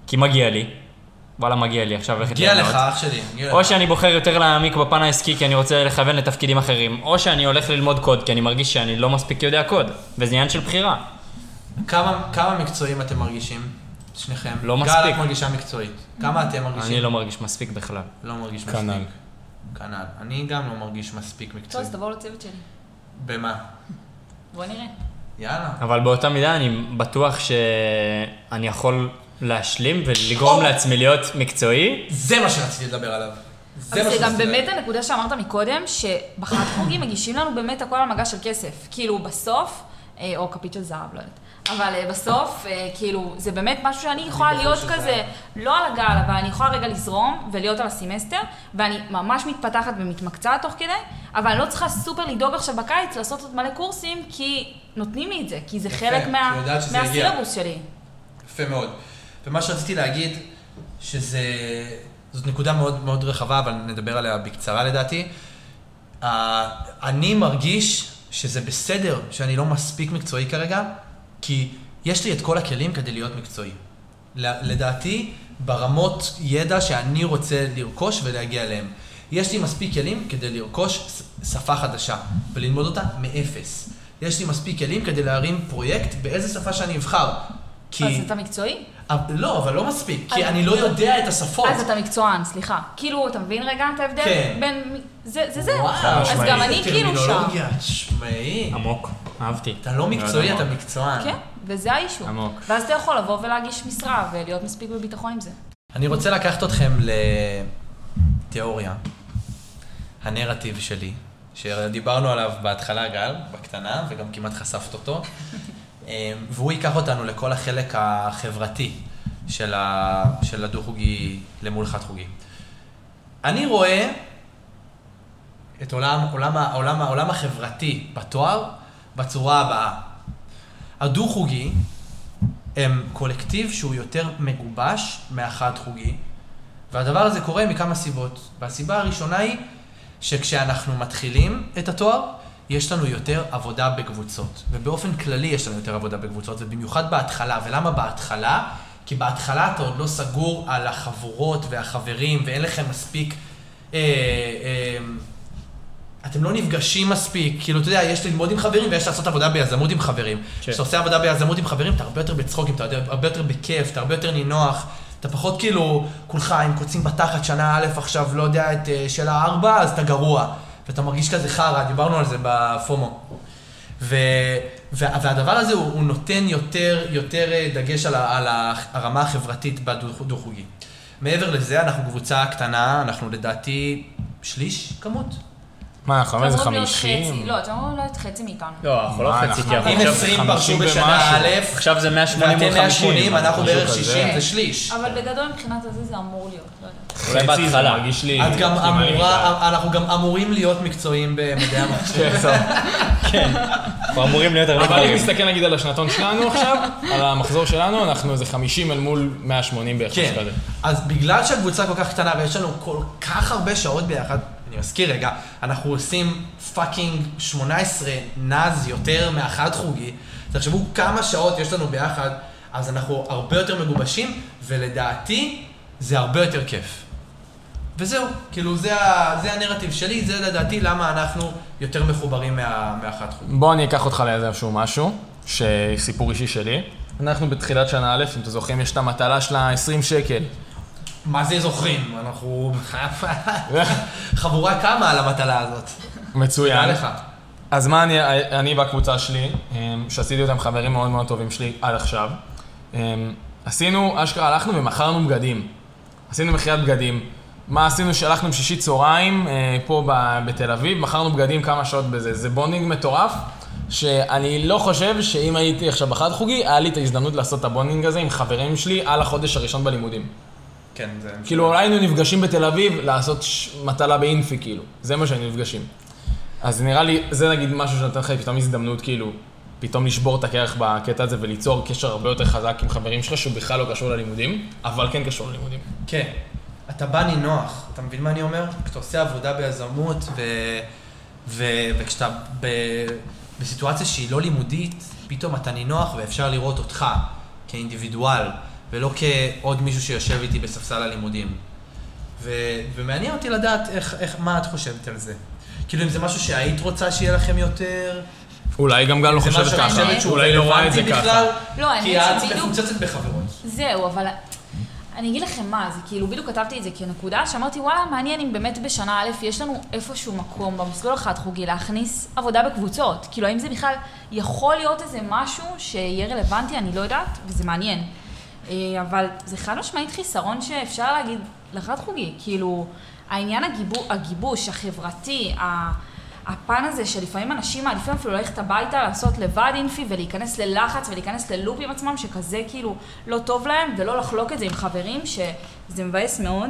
כי מגיע לי. וואלה, מגיע לי, עכשיו הולכת מגיע ליהנות. לך, אח שלי. או שאני בוחר יותר להעמיק בפן העסקי כי אני רוצה לכוון לתפקידים אחרים, או שאני הולך ללמוד קוד כי אני מרגיש שאני לא מספיק יודע קוד, וזה עניין של בחירה. כמה מקצועיים אתם מרגישים? שניכם. לא מספיק. גל, את מרגישה מקצועית. כמה אתם מרגישים? אני לא מרגיש מספיק בכלל. לא מרגיש מספיק. כנ"ל. כנ"ל. אני גם לא מרגיש מספיק טוב, מקצועי. אז תבואו לצוות שלי. במה? בוא נראה. יאללה. אבל באותה מידה אני בטוח שאני יכול להשלים ולגרום לעצמי להיות מקצועי. זה מה שרציתי לדבר עליו. אבל זה גם באמת הנקודה שאמרת מקודם, שבחד חוגים מגישים לנו באמת הכל על מגש של כסף. כאילו בסוף, או כפית של זהב, לא יודעת. אבל בסוף, כאילו, זה באמת משהו שאני יכולה להיות כזה, לא על הגל, אבל אני יכולה רגע לזרום ולהיות על הסמסטר, ואני ממש מתפתחת ומתמקצעת תוך כדי, אבל אני לא צריכה סופר לדאוג עכשיו בקיץ לעשות עוד מלא קורסים, כי נותנים לי את זה, כי זה חלק מהסילבוס שלי. יפה מאוד. ומה שרציתי להגיד, זאת נקודה מאוד מאוד רחבה, אבל נדבר עליה בקצרה לדעתי. אני מרגיש שזה בסדר שאני לא מספיק מקצועי כרגע, כי יש לי את כל הכלים כדי להיות מקצועי. לדעתי, ברמות ידע שאני רוצה לרכוש ולהגיע אליהם. יש לי מספיק כלים כדי לרכוש שפה חדשה וללמוד אותה מאפס. יש לי מספיק כלים כדי להרים פרויקט באיזה שפה שאני אבחר. אז אתה מקצועי? לא, אבל לא מספיק, כי אני לא יודע את השפות. אז אתה מקצוען, סליחה. כאילו, אתה מבין רגע את ההבדל? כן. בין... זה. וואו, אז גם אני כאילו שם. טרמינולוגיה, תשמעי. עמוק, אהבתי. אתה לא מקצועי, אתה מקצוען. כן, וזה האישו. עמוק. ואז אתה יכול לבוא ולהגיש משרה ולהיות מספיק בביטחון עם זה. אני רוצה לקחת אתכם לתיאוריה, הנרטיב שלי, שדיברנו עליו בהתחלה גל, בקטנה, וגם כמעט חשפת אותו, והוא ייקח אותנו לכל החלק החברתי של הדו-חוגי למול חד-חוגי. אני רואה את העולם החברתי בתואר בצורה הבאה. הדו-חוגי הם קולקטיב שהוא יותר מגובש מהחד-חוגי, והדבר הזה קורה מכמה סיבות. והסיבה הראשונה היא שכשאנחנו מתחילים את התואר, יש לנו יותר עבודה בקבוצות. ובאופן כללי יש לנו יותר עבודה בקבוצות, ובמיוחד בהתחלה. ולמה בהתחלה? כי בהתחלה אתה עוד לא סגור על החבורות והחברים, ואין לכם מספיק... אתם לא נפגשים מספיק, כאילו, אתה יודע, יש ללמוד עם חברים ויש לעשות עבודה ביזמות עם חברים. כשאתה עושה עבודה ביזמות עם חברים, אתה הרבה יותר בצחוקים, אתה הרבה יותר בכיף, אתה הרבה יותר נינוח, אתה פחות כאילו, כולך עם קוצים בתחת שנה א' עכשיו, לא יודע, את שאלה 4, אז אתה גרוע. ואתה מרגיש כזה חרא, דיברנו על זה בפומו. והדבר הזה הוא נותן יותר דגש על הרמה החברתית בדו-חוגי. מעבר לזה, אנחנו קבוצה קטנה, אנחנו לדעתי שליש כמות. מה, אנחנו אומרים, זה 50? לא, אתם אומרים לא את חצי מאיתנו. לא, אנחנו לא חצי, כי אם 20 פרשו בשנה א', עכשיו זה 180 ואתם מול 50. 180, אנחנו בערך כזה. 60, זה שליש. אבל בגדול מבחינת זה אמור להיות, לא יודעת. אולי חצי זה בהתחלה. מרגיש לי... את גם אמורה, אנחנו גם אמורים להיות מקצועיים במדעי המחשב. כן, אנחנו אמורים להיות הרבה אבל אם דברים. נסתכל נגיד על השנתון שלנו עכשיו, על המחזור שלנו, אנחנו איזה 50 אל מול 180 בערך. כן, כזה. אז בגלל שהקבוצה כל כך קטנה ויש לנו כל כך הרבה שעות ביחד, אני מזכיר רגע, אנחנו עושים פאקינג 18 נז יותר מהחד חוגי, תחשבו כמה שעות יש לנו ביחד, אז אנחנו הרבה יותר מגובשים, ולדעתי זה הרבה יותר כיף. וזהו, כאילו זה הנרטיב שלי, זה לדעתי למה אנחנו יותר מחוברים מהחד חוגי. בוא אני אקח אותך לאיזשהו משהו, שסיפור אישי שלי. אנחנו בתחילת שנה א', אם אתם זוכרים, יש את המטלה של ה-20 שקל. מה זה זוכרים? אנחנו חבורה כמה על המטלה הזאת. מצוין. תודה לך. אז מה אני בקבוצה שלי, שעשיתי אותם חברים מאוד מאוד טובים שלי עד עכשיו, עשינו, אשכרה הלכנו ומכרנו בגדים. עשינו מכירת בגדים. מה עשינו? שהלכנו בשישי צהריים פה בתל אביב, מכרנו בגדים כמה שעות בזה. זה בונדינג מטורף, שאני לא חושב שאם הייתי עכשיו בחד חוגי, היה לי את ההזדמנות לעשות את הבונדינג הזה עם חברים שלי על החודש הראשון בלימודים. כן, זה... כאילו אולי היינו נפגשים בתל אביב לעשות מטלה באינפי, כאילו. זה מה שהיינו נפגשים. אז נראה לי, זה נגיד משהו שנותן לך פתאום הזדמנות, כאילו, פתאום לשבור את הקרח בקטע הזה וליצור קשר הרבה יותר חזק עם חברים שלך, שהוא בכלל לא קשור ללימודים, אבל כן קשור ללימודים. כן. אתה בא נינוח, אתה מבין מה אני אומר? כשאתה עושה עבודה ביזמות וכשאתה בסיטואציה שהיא לא לימודית, פתאום אתה נינוח ואפשר לראות אותך כאינדיבידואל, ולא כעוד מישהו שיושב איתי בספסל הלימודים. ומעניין אותי לדעת מה את חושבת על זה. כאילו אם זה משהו שהיית רוצה שיהיה לכם יותר... אולי גם לא חושבת ככה, אולי לא רואה את זה ככה. לא, כי את מפוצצת בחברות. זהו, אבל אני אגיד לכם מה, זה כאילו בדיוק כתבתי את זה כנקודה, שאמרתי וואלה, מעניין אם באמת בשנה א' יש לנו איפשהו מקום במסלול החד חוגי להכניס עבודה בקבוצות. כאילו האם זה בכלל יכול להיות איזה משהו שיהיה רלוונטי, אני לא יודעת, וזה מעניין. אבל זה חד משמעית חיסרון שאפשר להגיד לחד חוגי, כאילו העניין הגיבוש, החברתי, הפן הזה שלפעמים אנשים מעדיפים אפילו ללכת הביתה, לעשות לבד אינפי ולהיכנס ללחץ ולהיכנס ללופ עם עצמם שכזה כאילו לא טוב להם ולא לחלוק את זה עם חברים שזה מבאס מאוד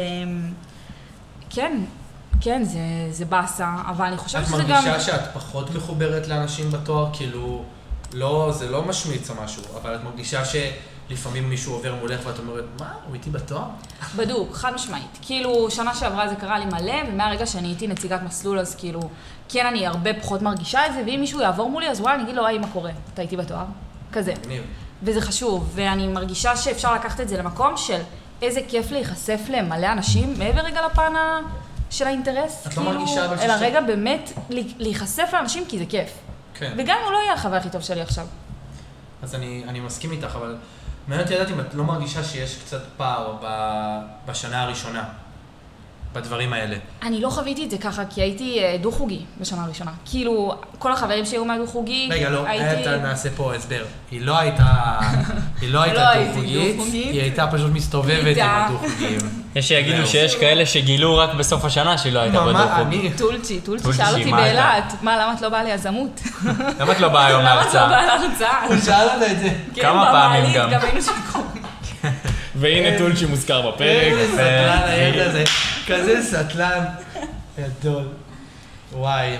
וכן, זה באסה, אבל אני חושבת שזה גם... את מרגישה שאת פחות מחוברת לאנשים בתואר, כאילו לא, זה לא משמיץ או משהו, אבל את מרגישה לפעמים מישהו עובר מולך ואת אומרת, מה? הוא איתי בתואר? בדוק, חד משמעית. כאילו, שנה שעברה זה קרה לי מלא, ומהרגע שאני הייתי נציגת מסלול, אז כאילו, כן, אני הרבה פחות מרגישה את זה, ואם מישהו יעבור מולי, אז וואי, אני אגיד לו, מה קורה? אתה איתי בתואר? כזה. וזה חשוב, ואני מרגישה שאפשר לקחת את זה למקום של איזה כיף להיחשף למלא אנשים, מעבר רגע לפן של האינטרס, את לא מרגישה, אבל אלא רגע באמת להיחשף לאנשים, כי זה כיף. כן. וגם הוא לא יהיה החבר הכי טוב שלי עכשיו. אז אני מסכים איתך, אבל מעניין אותי לדעת אם את לא מרגישה שיש קצת פער בשנה הראשונה, בדברים האלה. אני לא חוויתי את זה ככה, כי הייתי דו-חוגי בשנה הראשונה. כאילו, כל החברים שהיו מהדו-חוגי, רגע, לא, הייתי... נעשה פה הסבר. היא לא הייתה דו-חוגית, היא הייתה פשוט מסתובבת עם הדו-חוגים. יש שיגידו שיש כאלה שגילו רק בסוף השנה שהיא לא הייתה בדו-חוגי. טולצ'י שאל אותי באילת, מה, למה את לא באה ליזמות? למה את לא באה היום להרצאה? למה את לא באה להרצאה? הוא שאל אותה את זה. כמה פעמים גם. גם היינו שיקום. והנה טולצ'י מוזכר בפרק. איזה סטלן הילד הזה, כזה סטלן גדול. וואי,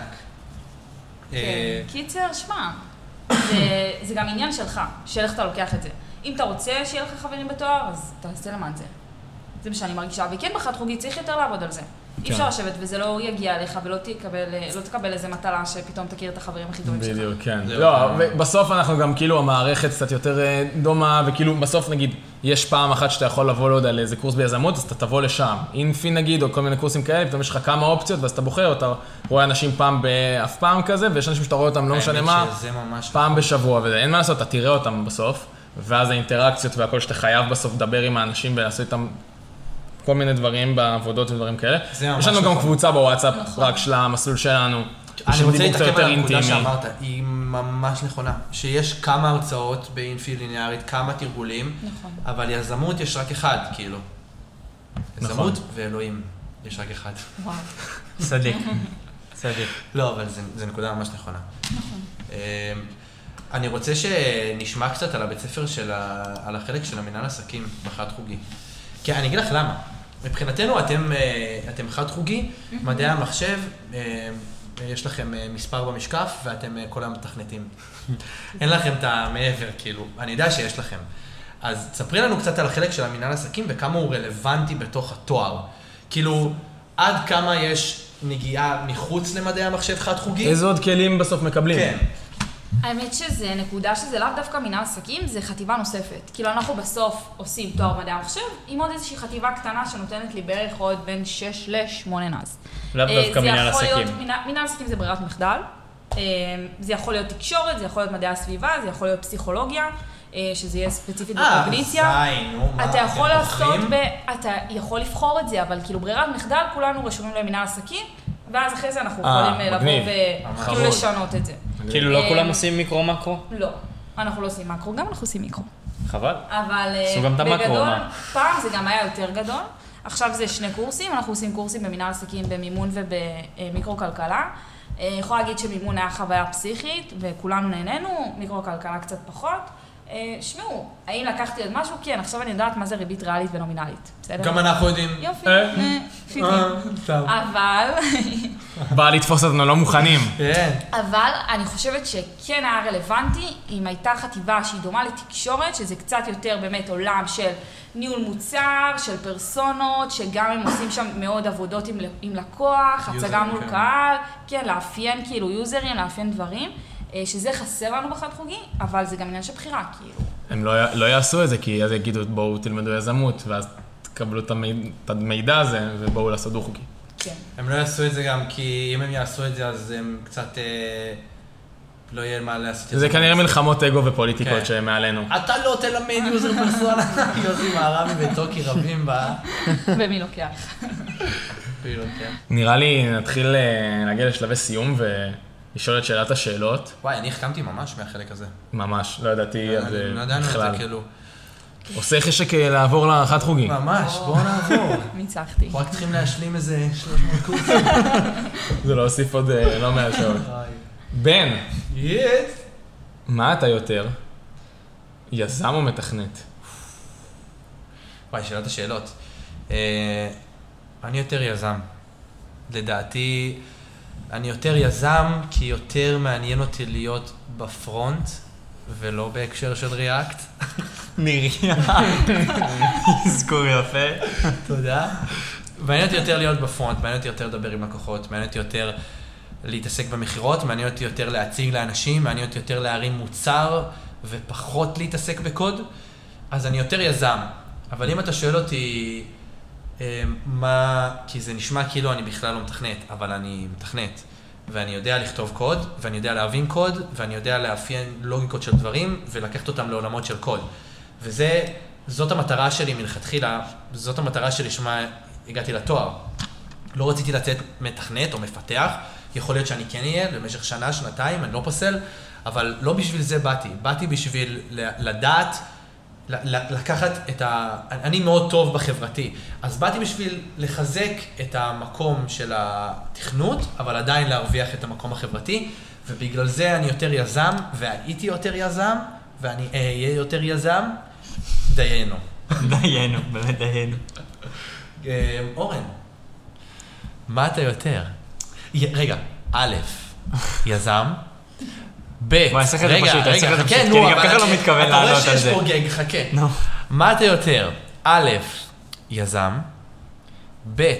ענק. קיצר, שמע, זה גם עניין שלך, של איך אתה לוקח את זה. אם אתה רוצה שיהיה לך חברים בתואר, אז תעשה למען זה. זה מה שאני מרגישה, וכן בחד חוגי צריך יותר לעבוד על זה. אי אפשר לשבת וזה לא יגיע אליך ולא תקבל איזה מטלה שפתאום תכיר את החברים הכי טובים שלך. בדיוק, כן. לא, בסוף אנחנו גם כאילו המערכת קצת יותר דומה, וכאילו בסוף נגיד, יש פעם אחת שאתה יכול לבוא לעוד על איזה קורס ביזמות, אז אתה תבוא לשם. אינפי נגיד, או כל מיני קורסים כאלה, פתאום יש לך כמה אופציות, ואז אתה בוחר, אתה רואה אנשים פעם באף פעם כזה, ויש אנשים שאתה רואה אותם לא משנה מה, פעם בשבוע, ואין מה לעשות, אתה תראה אותם בסוף, ואז האינטראקציות והכל שאתה חייב בסוף לדבר עם האנשים ולעשות איתם כל מיני דברים בעבודות ודברים כאלה. יש לנו גם קבוצה בוואטסאפ, רק של המסלול שלנו. אני רוצה להתעכב על הנקודה שאמרת, היא ממש נכונה. שיש כמה הרצאות באינפי ליניארית, כמה תרגולים, אבל יזמות יש רק אחד, כאילו. יזמות ואלוהים, יש רק אחד. וואו. צדיק. לא, אבל זו נקודה ממש נכונה. נכון. אני רוצה שנשמע קצת על הבית ספר על החלק של המנהל עסקים בחד חוגי. כי אני אגיד לך למה. מבחינתנו אתם חד חוגי, מדעי המחשב, יש לכם מספר במשקף ואתם כל היום מתכנתים. אין לכם את המעבר, כאילו, אני יודע שיש לכם. אז תספרי לנו קצת על החלק של המנהל עסקים וכמה הוא רלוונטי בתוך התואר. כאילו, עד כמה יש נגיעה מחוץ למדעי המחשב חד חוגי? איזה עוד כלים בסוף מקבלים? כן. האמת שזה נקודה שזה לאו דווקא מנהל עסקים, זה חטיבה נוספת. כאילו אנחנו בסוף עושים תואר מדעי המחשב, עם עוד איזושהי חטיבה קטנה שנותנת לי בערך עוד בין 6 ל-8 נאז. לאו דווקא מנהל עסקים. מנהל עסקים זה ברירת מחדל. זה יכול להיות תקשורת, זה יכול להיות מדעי הסביבה, זה יכול להיות פסיכולוגיה, שזה יהיה ספציפית בקוגניציה. אתה יכול לעשות, אתה יכול לבחור את זה, אבל כאילו ברירת מחדל כולנו רשומים למנהל עסקים, ואז אחרי זה אנחנו יכולים לבוא וכאילו לשנות את זה. כאילו לא כולם עושים מיקרו-מקרו? לא, אנחנו לא עושים מקרו, גם אנחנו עושים מיקרו. חבל. אבל בגדול, פעם זה גם היה יותר גדול. עכשיו זה 2 קורסים, אנחנו עושים קורסים במנהל עסקים במימון ובמיקרו-כלכלה. יכולה להגיד שמימון היה חוויה פסיכית וכולנו נהנינו, מיקרו-כלכלה קצת פחות. שמעו, האם לקחתי עוד משהו? כן, עכשיו אני יודעת מה זה ריבית ריאלית ונומינלית. בסדר? גם אנחנו יודעים. יופי. אבל... בא לתפוס אותנו לא מוכנים. אבל אני חושבת שכן היה רלוונטי אם הייתה חטיבה שהיא דומה לתקשורת, שזה קצת יותר באמת עולם של ניהול מוצר, של פרסונות, שגם הם עושים שם מאוד עבודות עם לקוח, הצגה מול קהל, כן, לאפיין כאילו יוזרים, לאפיין דברים. שזה חסר לנו בחד חוגי, אבל זה גם עניין של בחירה, כאילו. הם לא יעשו את זה, כי אז יגידו, בואו תלמדו יזמות, ואז תקבלו את המידע הזה, ובואו לעשות דו-חוקי. כן. הם לא יעשו את זה גם כי אם הם יעשו את זה, אז הם קצת לא יהיה מה לעשות. זה כנראה מלחמות אגו ופוליטיקות כן. שהם מעלינו. אתה לא תלמד יוזר פרסונה. יוזי מערבי וטוקי רבים בה. ומי לוקח? נראה לי נתחיל להגיע לשלבי סיום ולשאול את שאלת השאלות. וואי, אני החכמתי ממש מהחלק הזה. ממש, לא ידעתי על זה לא ידענו את זה כאילו. עושה חשק לעבור לחד חוגי. ממש, בואו נעבור. ניצחתי. רק צריכים להשלים איזה 300 קורסים. זה לא הוסיף עוד לא מעט שעות. בן, יס. מה אתה יותר? יזם או מתכנת? וואי, שאלת השאלות. אני יותר יזם. לדעתי, אני יותר יזם כי יותר מעניין אותי להיות בפרונט ולא בהקשר של ריאקט. נראה. זכור יפה. תודה. מעניין אותי יותר להיות בפרונט, מעניין אותי יותר לדבר עם לקוחות, מעניין אותי יותר להתעסק במחירות, מעניין אותי יותר להציג לאנשים, מעניין אותי יותר להרים מוצר ופחות להתעסק בקוד. אז אני יותר יזם. אבל אם אתה שואל אותי מה, כי זה נשמע כאילו אני בכלל לא מתכנת, אבל אני מתכנת. ואני יודע לכתוב קוד, ואני יודע להבין קוד, ואני יודע לאפיין לוגיקות של דברים, ולקחת אותם לעולמות של קוד. זאת המטרה שלי מלכתחילה, זאת המטרה שלי שמה הגעתי לתואר. לא רציתי לצאת מתכנת או מפתח, יכול להיות שאני כן אהיה במשך שנה, שנתיים, אני לא פוסל, אבל לא בשביל זה באתי. באתי בשביל לדעת, לקחת את אני מאוד טוב בחברתי, אז באתי בשביל לחזק את המקום של התכנות, אבל עדיין להרוויח את המקום החברתי, ובגלל זה אני יותר יזם, והייתי יותר יזם, ואני אהיה יותר יזם, דיינו. דיינו, באמת דיינו. אורן, מה אתה יותר? רגע, א', יזם, ב', רגע, חכה, נו, אני גם ככה לא מתכוון לענות על זה. אתה רואה שיש פה גג, חכה. מה אתה יותר? א', יזם, ב',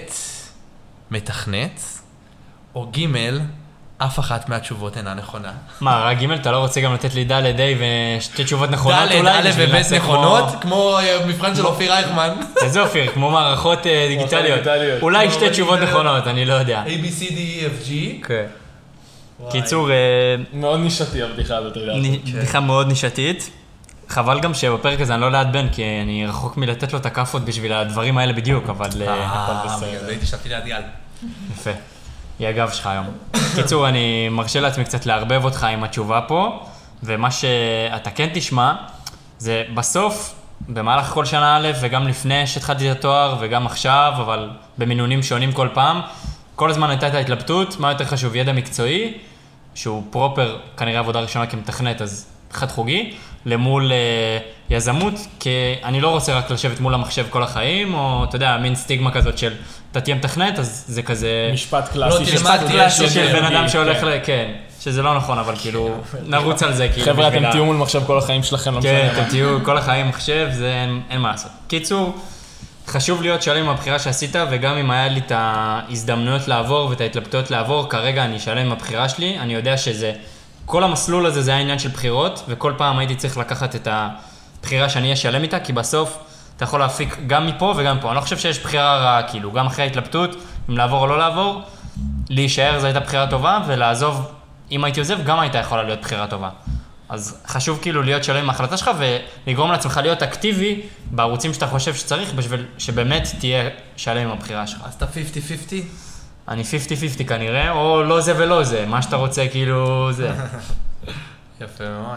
מתכנת, או ג', אף אחת מהתשובות אינה נכונה. מה, רק ג' אתה לא רוצה גם לתת לי ד' ושתי תשובות נכונות אולי? ד' וב' נכונות, כמו מבחן של אופיר רייכמן. איזה אופיר, כמו מערכות דיגיטליות. אולי שתי תשובות נכונות, אני לא יודע. A, B, C, D, E, F, G. כן. קיצור, מאוד נישתי הבדיחה הזאת. בדיחה מאוד נישתית. חבל גם שבפרק הזה אני לא ליד בן, כי אני רחוק מלתת לו את הכאפות בשביל הדברים האלה בדיוק, אבל הכל בסדר. הייתי שתתי ליד יאל. יפה. היא הגב שלך היום. קיצור, אני מרשה לעצמי קצת לערבב אותך עם התשובה פה, ומה שאתה כן תשמע, זה בסוף, במהלך כל שנה א' וגם לפני שהתחלתי את התואר וגם עכשיו, אבל במינונים שונים כל פעם, כל הזמן הייתה את ההתלבטות, מה יותר חשוב, ידע מקצועי, שהוא פרופר, כנראה עבודה ראשונה כמתכנת, אז חד חוגי, למול יזמות, כי אני לא רוצה רק לשבת מול המחשב כל החיים, או אתה יודע, מין סטיגמה כזאת של אתה תהיה מתכנת, אז זה כזה... משפט קלאסי. משפט קלאסי של בן אדם שהולך כן, שזה לא נכון, אבל כאילו, נרוץ על זה. חבר'ה, אתם תהיו מול מחשב כל החיים שלכם, לא משנה. כן, אתם תהיו כל החיים מחשב, זה אין מה לעשות. קיצור, חשוב להיות שלם עם הבחירה שעשית, וגם אם היה לי את ההזדמנויות לעבור ואת ההתלבטויות לעבור, כרגע אני שלם עם הבחירה שלי, אני יודע שזה, כל המסלול הזה זה העניין של בחירות, וכל פעם הייתי צריך לקחת את הבחירה שאני אהיה שלם איתה, כי בסוף אתה יכול להפיק גם מפה וגם פה. אני לא חושב שיש בחירה רעה, כאילו, גם אחרי ההתלבטות, אם לעבור או לא לעבור, להישאר זו הייתה בחירה טובה, ולעזוב, אם הייתי עוזב, גם הייתה יכולה להיות בחירה טובה. אז חשוב כאילו להיות שלם עם ההחלטה שלך, ולגרום לעצמך להיות אקטיבי בערוצים שאתה חושב שצריך, בשביל שבאמת תהיה שלם עם הבחירה שלך. אז אתה 50-50? אני 50-50 כנראה, או לא זה ולא זה, מה שאתה רוצה כאילו זה. יפה מאוד.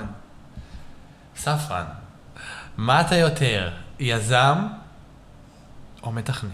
ספרן, מה אתה יותר, יזם או מתכנת?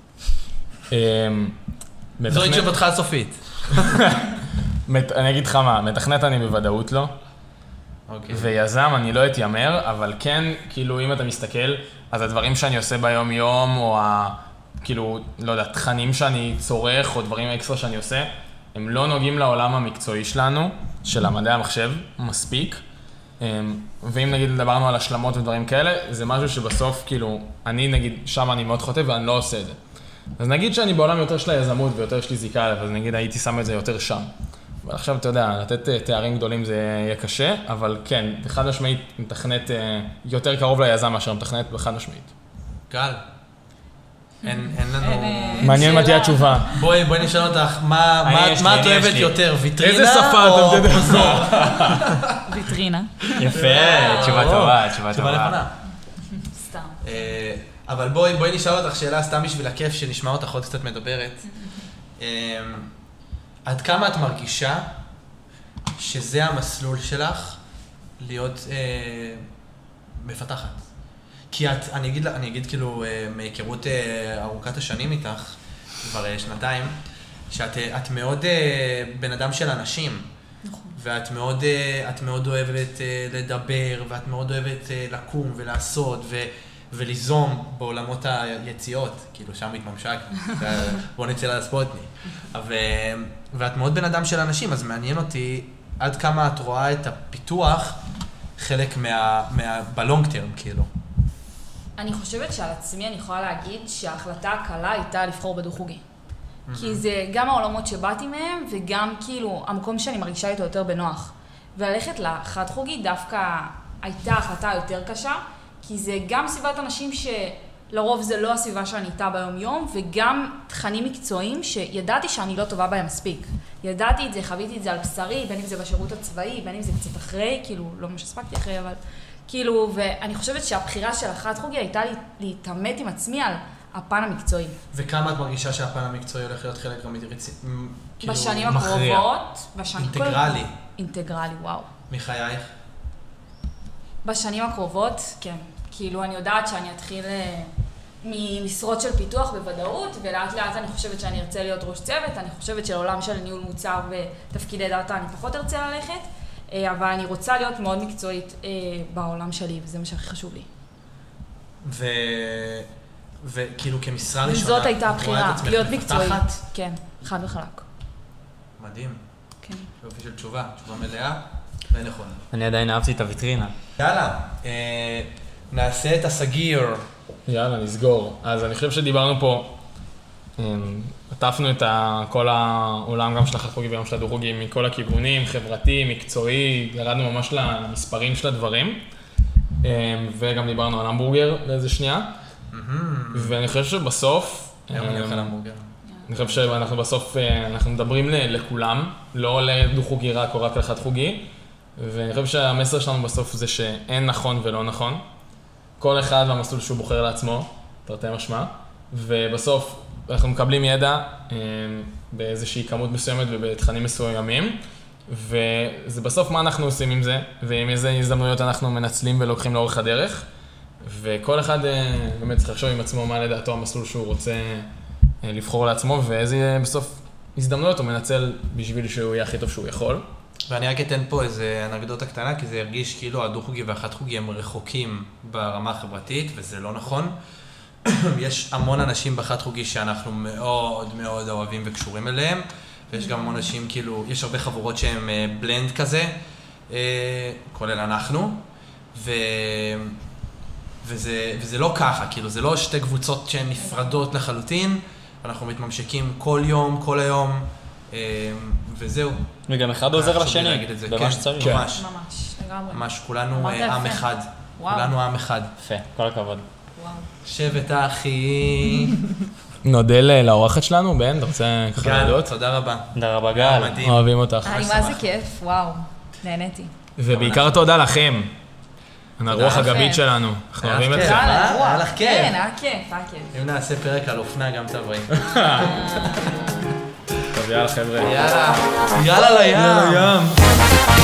זוהי תשובתך הסופית. אני אגיד לך מה, מתכנת אני בוודאות לא. ויזם אני לא אתיימר, אבל כן, כאילו אם אתה מסתכל, אז הדברים שאני עושה ביום יום, או כאילו, לא יודע, תכנים שאני צורך, או דברים אקסטרה שאני עושה, הם לא נוגעים לעולם המקצועי שלנו, של המדעי המחשב, מספיק. ואם נגיד דיברנו על השלמות ודברים כאלה, זה משהו שבסוף, כאילו, אני נגיד, שם אני מאוד חוטא ואני לא עושה את זה. אז נגיד שאני בעולם יותר של היזמות ויותר יש לי זיקה עליו, אז נגיד הייתי שם את זה יותר שם. ועכשיו אתה יודע, לתת תארים גדולים זה יהיה קשה, אבל כן, בחד משמעית מתכנת יותר קרוב ליזם מאשר מתכנת בחד משמעית. גל, אין לנו... מעניין מה תהיה התשובה. בואי נשאל אותך, מה את אוהבת יותר, ויטרינה איזה שפה או אתה יודע? פרוזדור? ויטרינה. יפה, תשובה טובה, תשובה נכונה. סתם. אבל בואי נשאל אותך שאלה סתם בשביל הכיף, שנשמע אותך עוד קצת מדברת. עד כמה את מרגישה שזה המסלול שלך להיות מפתחת? כי אני אגיד כאילו מהיכרות ארוכת השנים איתך, כבר שנתיים, שאת מאוד בן אדם של אנשים. נכון. ואת מאוד אוהבת לדבר, ואת מאוד אוהבת לקום ולעשות וליזום בעולמות היציאות, כאילו שם מתממשק, בוא נצא לספוטני. ואת מאוד בן אדם של אנשים, אז מעניין אותי עד כמה את רואה את הפיתוח חלק בלונג טרם, כאילו. אני חושבת שעל עצמי אני יכולה להגיד שההחלטה הקלה הייתה לבחור בדו-חוגי. כי זה גם העולמות שבאתי מהם, וגם כאילו המקום שאני מרגישה איתו יותר בנוח. וללכת לחד-חוגי דווקא הייתה החלטה יותר קשה, כי זה גם סביבת אנשים שלרוב זה לא הסביבה שאני איתה ביום-יום, וגם תכנים מקצועיים שידעתי שאני לא טובה בהם מספיק. ידעתי את זה, חוויתי את זה על בשרי, בין אם זה בשירות הצבאי, בין אם זה קצת אחרי, כאילו לא ממש הספקתי אחרי, אבל כאילו, ואני חושבת שהבחירה של החד-חוגי הייתה להתעמת עם עצמי על הפן המקצועי. וכמה את מרגישה שהפן המקצועי הולך להיות חלק גם בשנים הקרובות, אינטגרלי. אינטגרלי, וואו. מחייך? בשנים הקרובות, כן. כאילו, אני יודעת שאני אתחיל ממשרות של פיתוח בוודאות, ולאט לאט אני חושבת שאני ארצה להיות ראש צוות, אני חושבת שלעולם של ניהול מוצר ותפקידי דאטה אני פחות ארצה ללכת, אבל אני רוצה להיות מאוד מקצועית בעולם שלי, וזה מה שהכי חשוב לי. וכאילו כמשרה ראשונה, וזאת הייתה הבחירה, להיות מקצועית. מפתחת? כן, חד וחלק. מדהים. כן. יופי של תשובה מלאה ונכונה. אני עדיין אהבתי את הוויטרינה. יאללה, נעשה את הסגיר. יאללה, נסגור. אז אני חושב שדיברנו פה, עטפנו את כל העולם גם של החד-חוגי וגם של הדו-חוגי מכל הכיוונים, חברתי, מקצועי, ירדנו ממש למספרים של הדברים, וגם דיברנו על המבורגר לאיזה שנייה, ואני חושב שבסוף, היום אני אוכל המבורגר. אני חושב שאנחנו בסוף, אנחנו מדברים לכולם, לא לדו-חוגי רק או רק לחד-חוגי, ואני חושב שהמסר שלנו בסוף זה שאין נכון ולא נכון. כל אחד והמסלול שהוא בוחר לעצמו, תרתי משמע, ובסוף אנחנו מקבלים ידע באיזושהי כמות מסוימת ובתכנים מסוימים, וזה בסוף מה אנחנו עושים עם זה, ועם איזה הזדמנויות אנחנו מנצלים ולוקחים לאורך הדרך, וכל אחד באמת צריך לחשוב עם עצמו מה לדעתו המסלול שהוא רוצה לבחור לעצמו, ואיזה בסוף הזדמנויות הוא מנצל בשביל שהוא יהיה הכי טוב שהוא יכול. ואני רק אתן פה איזה אנקדוטה קטנה, כי זה הרגיש כאילו הדו-חוגי והחד-חוגי הם רחוקים ברמה החברתית, וזה לא נכון. יש המון אנשים בחד-חוגי שאנחנו מאוד מאוד אוהבים וקשורים אליהם, ויש גם המון אנשים, כאילו, יש הרבה חבורות שהם בלנד כזה, כולל אנחנו, וזה לא ככה, כאילו, זה לא שתי קבוצות שהן נפרדות לחלוטין, אנחנו מתממשקים כל יום, כל היום, וזהו. וגם אחד עוזר לשני, במה שצריך. ממש, לגמרי. ממש, כולנו עם אחד. כולנו עם אחד. יפה, כל הכבוד. שבט האחי. נודה לאורחת שלנו, בן, אתה רוצה ככה להודות? תודה רבה. תודה רבה גל. מדהים. אוהבים אותך. אני מה זה כיף, וואו, נהניתי. ובעיקר תודה לכם. הרוח הגבית שלנו. אנחנו אוהבים אתכם. היה לך כיף. כן, היה כיף, היה כיף. אם נעשה פרק על אופנה גם תבואי. טוב, יאללה חבר'ה. יאללה לים.